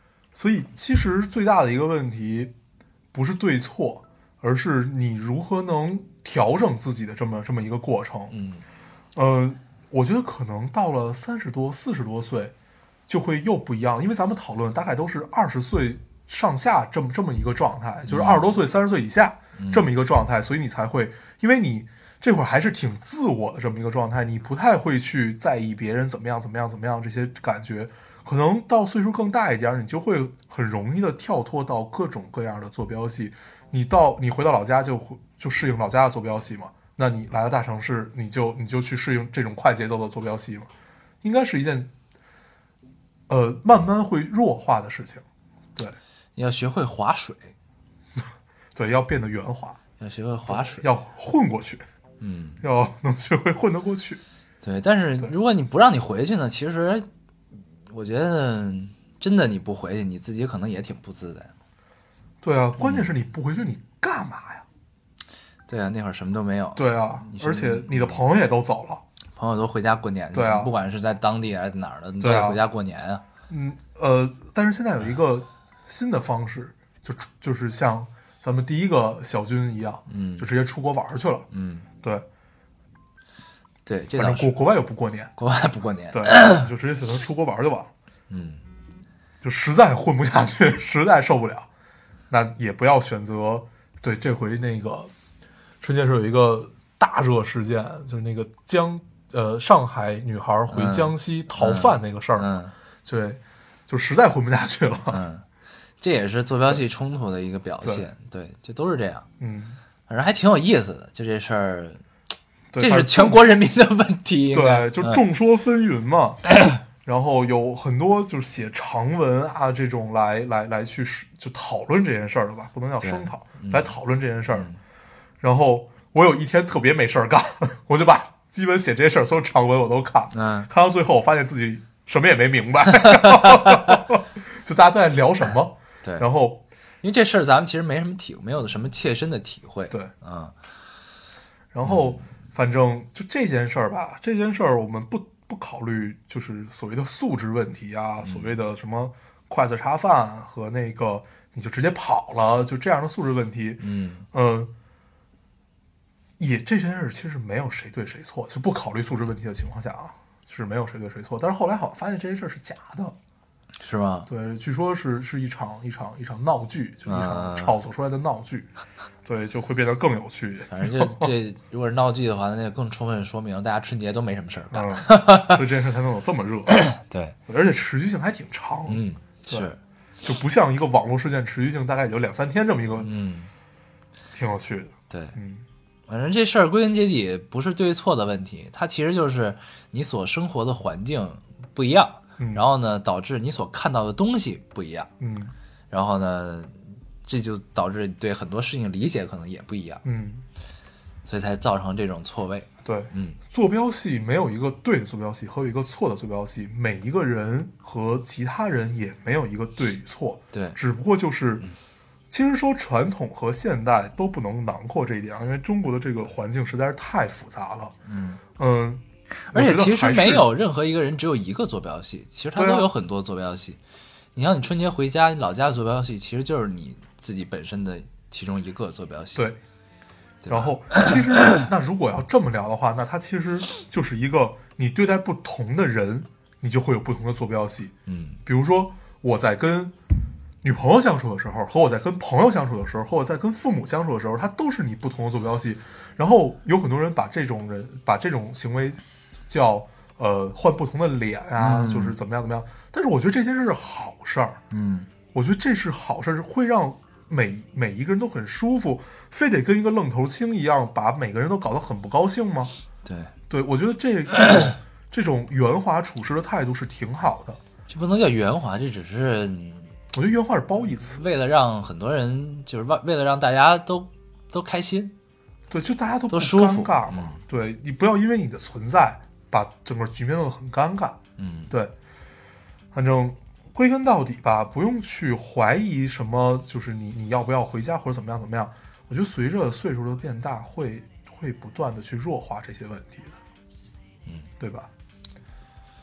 所以其实最大的一个问题不是对错，而是你如何能调整自己的这么这么一个过程。 嗯， 呃，我觉得可能到了三十多、四十多岁，就会又不一样，因为咱们讨论大概都是二十岁上下这么这么一个状态，就是二十多岁、三十岁以下这么一个状态，所以你才会，因为你这会儿还是挺自我的这么一个状态，你不太会去在意别人怎么样、怎么样、怎么样这些感觉。可能到岁数更大一点，你就会很容易的跳脱到各种各样的坐标系。你到你回到老家就就适应老家的坐标系嘛，那你来到大城市，你就你就去适应这种快节奏的坐标系嘛，应该是一件呃慢慢会弱化的事情。对， 要学会划水， 对，要变得圆滑， 要学会划水， 要混过去， 嗯， 要能学会混得过去。 对。但是如果你不让你回去呢，其实我觉得真的你不回去，你自己可能也挺不自在的。 对啊，关键是你不回去，你干嘛呀？ 对啊，那会儿什么都没有。 对啊，而且你的朋友也都走了， 朋友都回家过年去， 对啊， 不管是在当地还是哪儿的，你都得回家过年啊。 嗯呃，但是现在有一个新的方式，就就是像咱们第一个小军一样， 嗯， 就直接出国玩去了。 嗯， 对， 对，这反正国国外又不过年， 国外不过年， 对，你就直接选择出国玩就完了。 嗯， 就实在混不下去，实在受不了，那也不要选择。对，这回那个春节时候有一个大热事件，就是那个江呃上海女孩回江西逃犯那个事儿， 嗯， 对，就实在混不下去了。 嗯，这也是坐标系冲突的一个表现。对，对，就都是这样。 嗯， 反正还挺有意思的，就这事儿， 这是全国人民的问题。 对，就众说纷纭嘛。然后有很多就是写长文啊这种来来来去就讨论这件事儿的吧，不能叫声讨， 嗯、 来讨论这件事儿。 嗯、 然后我有一天特别没事儿干，我就把基本写这些事儿所有长文我都看， 嗯， 看到最后我发现自己什么也没明白，就大家都在聊什么。 对， 然后因为这事儿咱们其实没什么体，没有什么切身的体会。 对， 嗯， 然后反正就这件事儿吧，这件事儿我们不。不考虑就是所谓的素质问题啊， 嗯、 所谓的什么筷子插饭和那个你就直接跑了，就这样的素质问题。 嗯嗯、呃，也这件事其实没有谁对谁错，就不考虑素质问题的情况下啊，是没有谁对谁错。但是后来好像发现这件事是假的， 是吗？ 对，据说是是一场一场一场闹剧，就一场炒作出来的闹剧。啊对，就会变得更有趣。 反正这这如果是闹剧的话，那就更充分说明大家春节都没什么事儿干， 嗯，所以这件事才能有这么热。 对， 而且持续性还挺长。 嗯，是， 就不像一个网络事件持续性大概也就两三天这么一个， 嗯， 挺有趣的。 对， 嗯， 反正这事儿归根结底不是对错的问题，它其实就是你所生活的环境不一样， 嗯、 然后呢，导致你所看到的东西不一样， 嗯， 然后呢。这就导致对很多事情理解可能也不一样， 嗯， 所以才造成这种错位。 对， 嗯， 坐标系没有一个对的坐标系和有一个错的坐标系，每一个人和其他人也没有一个对与错， 对， 只不过就是，嗯、其实说传统和现代都不能囊括这一点啊，因为中国的这个环境实在是太复杂了。 嗯嗯， 而且其实没有任何一个人只有一个坐标系，其实他都啊有很多坐标系。你像你春节回家，你老家的坐标系其实就是你自己本身的其中一个坐标系。 对， 对然后其实那如果要这么聊的话，那它其实就是一个你对待不同的人，你就会有不同的坐标系。 嗯， 比如说我在跟女朋友相处的时候，和我在跟朋友相处的时候，和我在跟父母相处的时候，它都是你不同的坐标系。然后有很多人把这种人把这种行为叫呃换不同的脸啊、嗯，就是怎么样怎么样。但是我觉得这件事是好事儿。 嗯， 我觉得这是好事儿，会让每每一个人都很舒服。非得跟一个愣头青一样，把每个人都搞得很不高兴吗？ 对， 对，我觉得这这种这种圆滑处事的态度是挺好的。 这不能叫圆滑，这只是我觉得圆滑是褒义词， 为了让很多人，就是为为了让大家都都开心。 对，就大家都不尴尬嘛。嗯、对，你不要因为你的存在把整个局面弄得很尴尬。 嗯， 对，反正归根到底吧，不用去怀疑什么，就是你你要不要回家或者怎么样怎么样。我觉得随着岁数的变大，会会不断的去弱化这些问题的， 嗯， 对吧？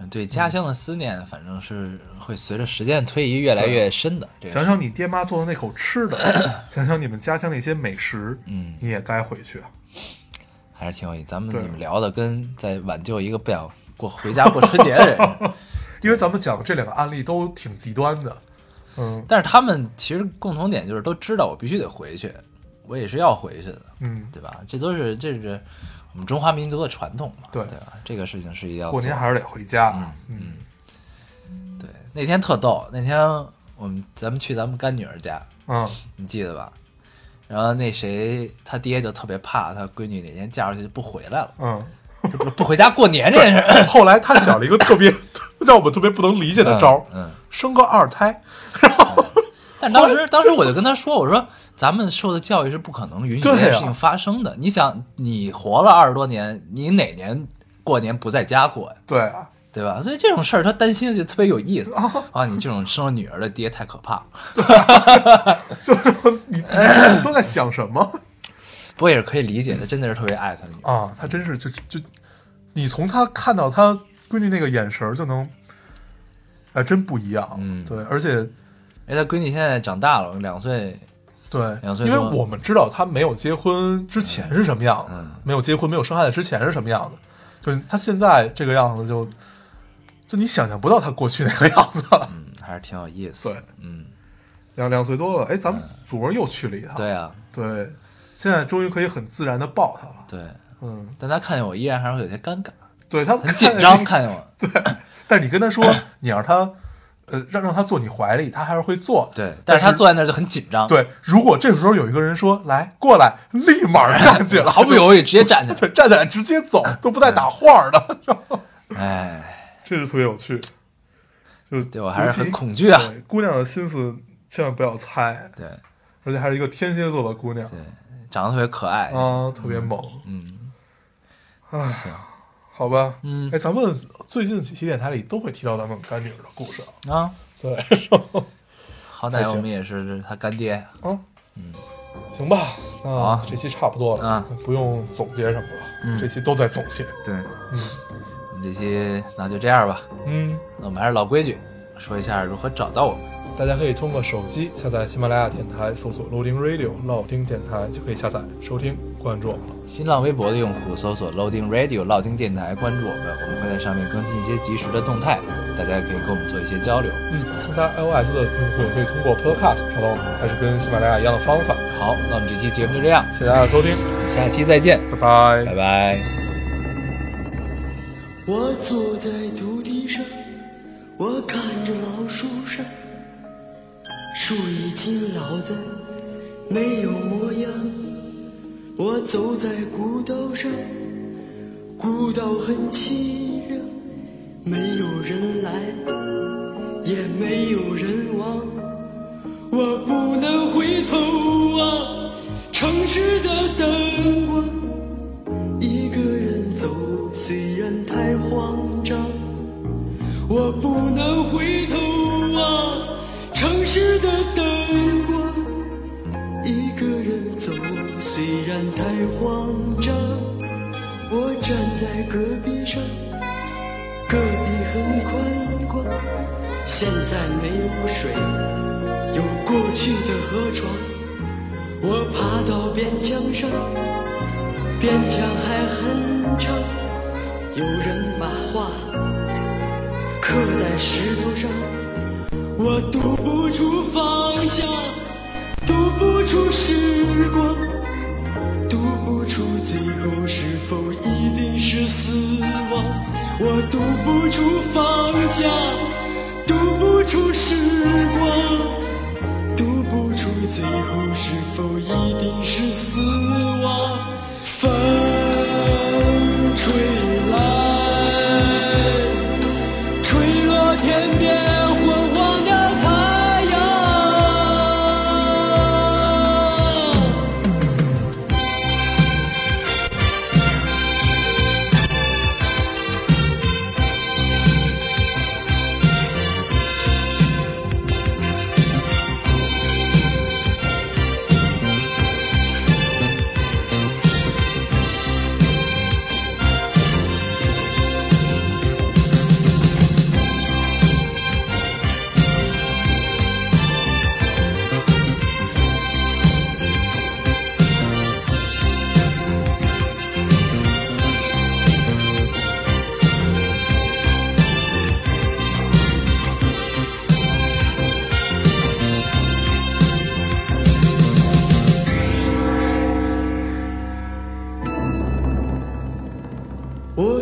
对家乡的思念，反正是会随着时间推移越来越深的。这个、 想想你爹妈做的那口吃的，想想你们家乡那些美食， 嗯， 你也该回去啊。 还是挺有意思。咱们你们聊的跟在挽救一个不想过回家过春节的人， 因为咱们讲的这两个案例都挺极端的，嗯， 但是他们其实共同点就是都知道我必须得回去，我也是要回去的， 嗯， 对吧？这都是这是我们中华民族的传统嘛， 对对吧？这个事情是一定要过年还是得回家， 嗯嗯，对。那天特逗，那天我们咱们去咱们干女儿家， 嗯， 你记得吧？然后那谁他爹就特别怕他闺女哪天嫁出去就不回来了， 嗯， 不不回家过年这件事。 后来他想了一个特别让我们特别不能理解的招， 嗯，嗯生个二胎。 但当时当时我就跟他说，我说咱们受的教育是不可能允许这件事情发生的。啊、你想，你活了二十多年，你哪年过年不在家过呀？ 对啊。 对吧？所以这种事儿他担心就特别有意思啊！你这种生了女儿的爹太可怕了， 就是你你都在想什么？ 不过也是可以理解的，真的是特别爱他的女儿啊！他真是就就，你从他看到他闺女那个眼神就能，哎，真不一样。 嗯， 对，而且， 哎，他闺女现在长大了，两岁， 对， 两岁， 因为我们知道他没有结婚之前是什么样的， 嗯、 没有结婚没有生孩子之前是什么样的，就是他现在这个样子就。就你想象不到他过去那个样子， 嗯，还是挺有意思。 对， 嗯， 两两岁多了，哎，咱们祖儿又去了一趟。 对啊， 对，现在终于可以很自然的抱他了。 对， 嗯， 但他看见我依然还是会有些尴尬。 对他很紧张，看见我。 对，但是你跟他说，你让他，呃，让让他坐你怀里，他还是会坐。 对，但是他坐在那儿就很紧张。 对，如果这个时候有一个人说来过来，立马站起来， 毫不犹豫直接站起来， 对，站起来直接走，都不带打话的。 哎。 这是特别有趣，就对我还是很恐惧啊。 姑娘的心思千万不要猜， 对， 而且还是一个天蝎座的姑娘， 对，长得特别可爱啊，特别猛， 嗯， 哎，好吧， 嗯， 哎，咱们最近几期电台里都会提到咱们干女儿的故事啊，啊对， 好歹我们也是他干爹啊， 嗯， 行吧，那这期差不多了啊， 不用总结什么了， 嗯， 这期都在总结， 对， 嗯。 这期那就这样吧， 嗯， 那我们还是老规矩，说一下如何找到我们。 大家可以通过手机下载喜马拉雅电台，搜索 Loading Radio 老丁电台就可以下载收听关注我们了。 新浪微博的用户搜索 Loading Radio 老丁电台关注我们，我们会在上面更新一些及时的动态，大家也可以跟我们做一些交流。 嗯，现在 iOS 的用户也可以通过 Podcast 找到我们，还是跟喜马拉雅一样的方法。 好，那我们这期节目就这样， 谢谢大家收听， 我们下期再见， 拜拜， 拜拜。 我坐在土地上，我看着老树上，树已经老得没有模样。我走在古道上，古道很凄凉，没有人来，也没有人往。我不能回头啊，城市的灯光，一个人走虽然太慌张，我不能回头啊，城市的灯光，一个人走虽然太慌张。我站在戈壁上，戈壁很宽广，现在没有水，有过去的河床。我爬到边墙上，边墙还很长，有人把话刻在石头上。我读不出方向，读不出时光，读不出最后是否一定是死亡。我读不出方向，读不出时光，读不出最后是否一定是死亡。风吹来，吹落天边昏黄的太阳。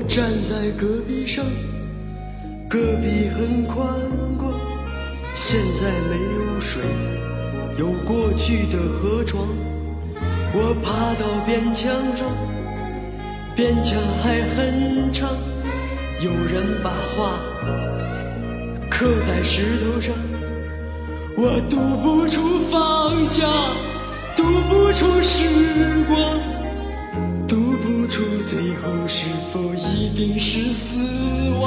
站在戈壁上，戈壁很宽广，现在没有水，有过去的河床。我爬到边墙上，边墙还很长，有人把话刻在石头上。我读不出方向，读不出时光，读不出最后是否一定是死亡。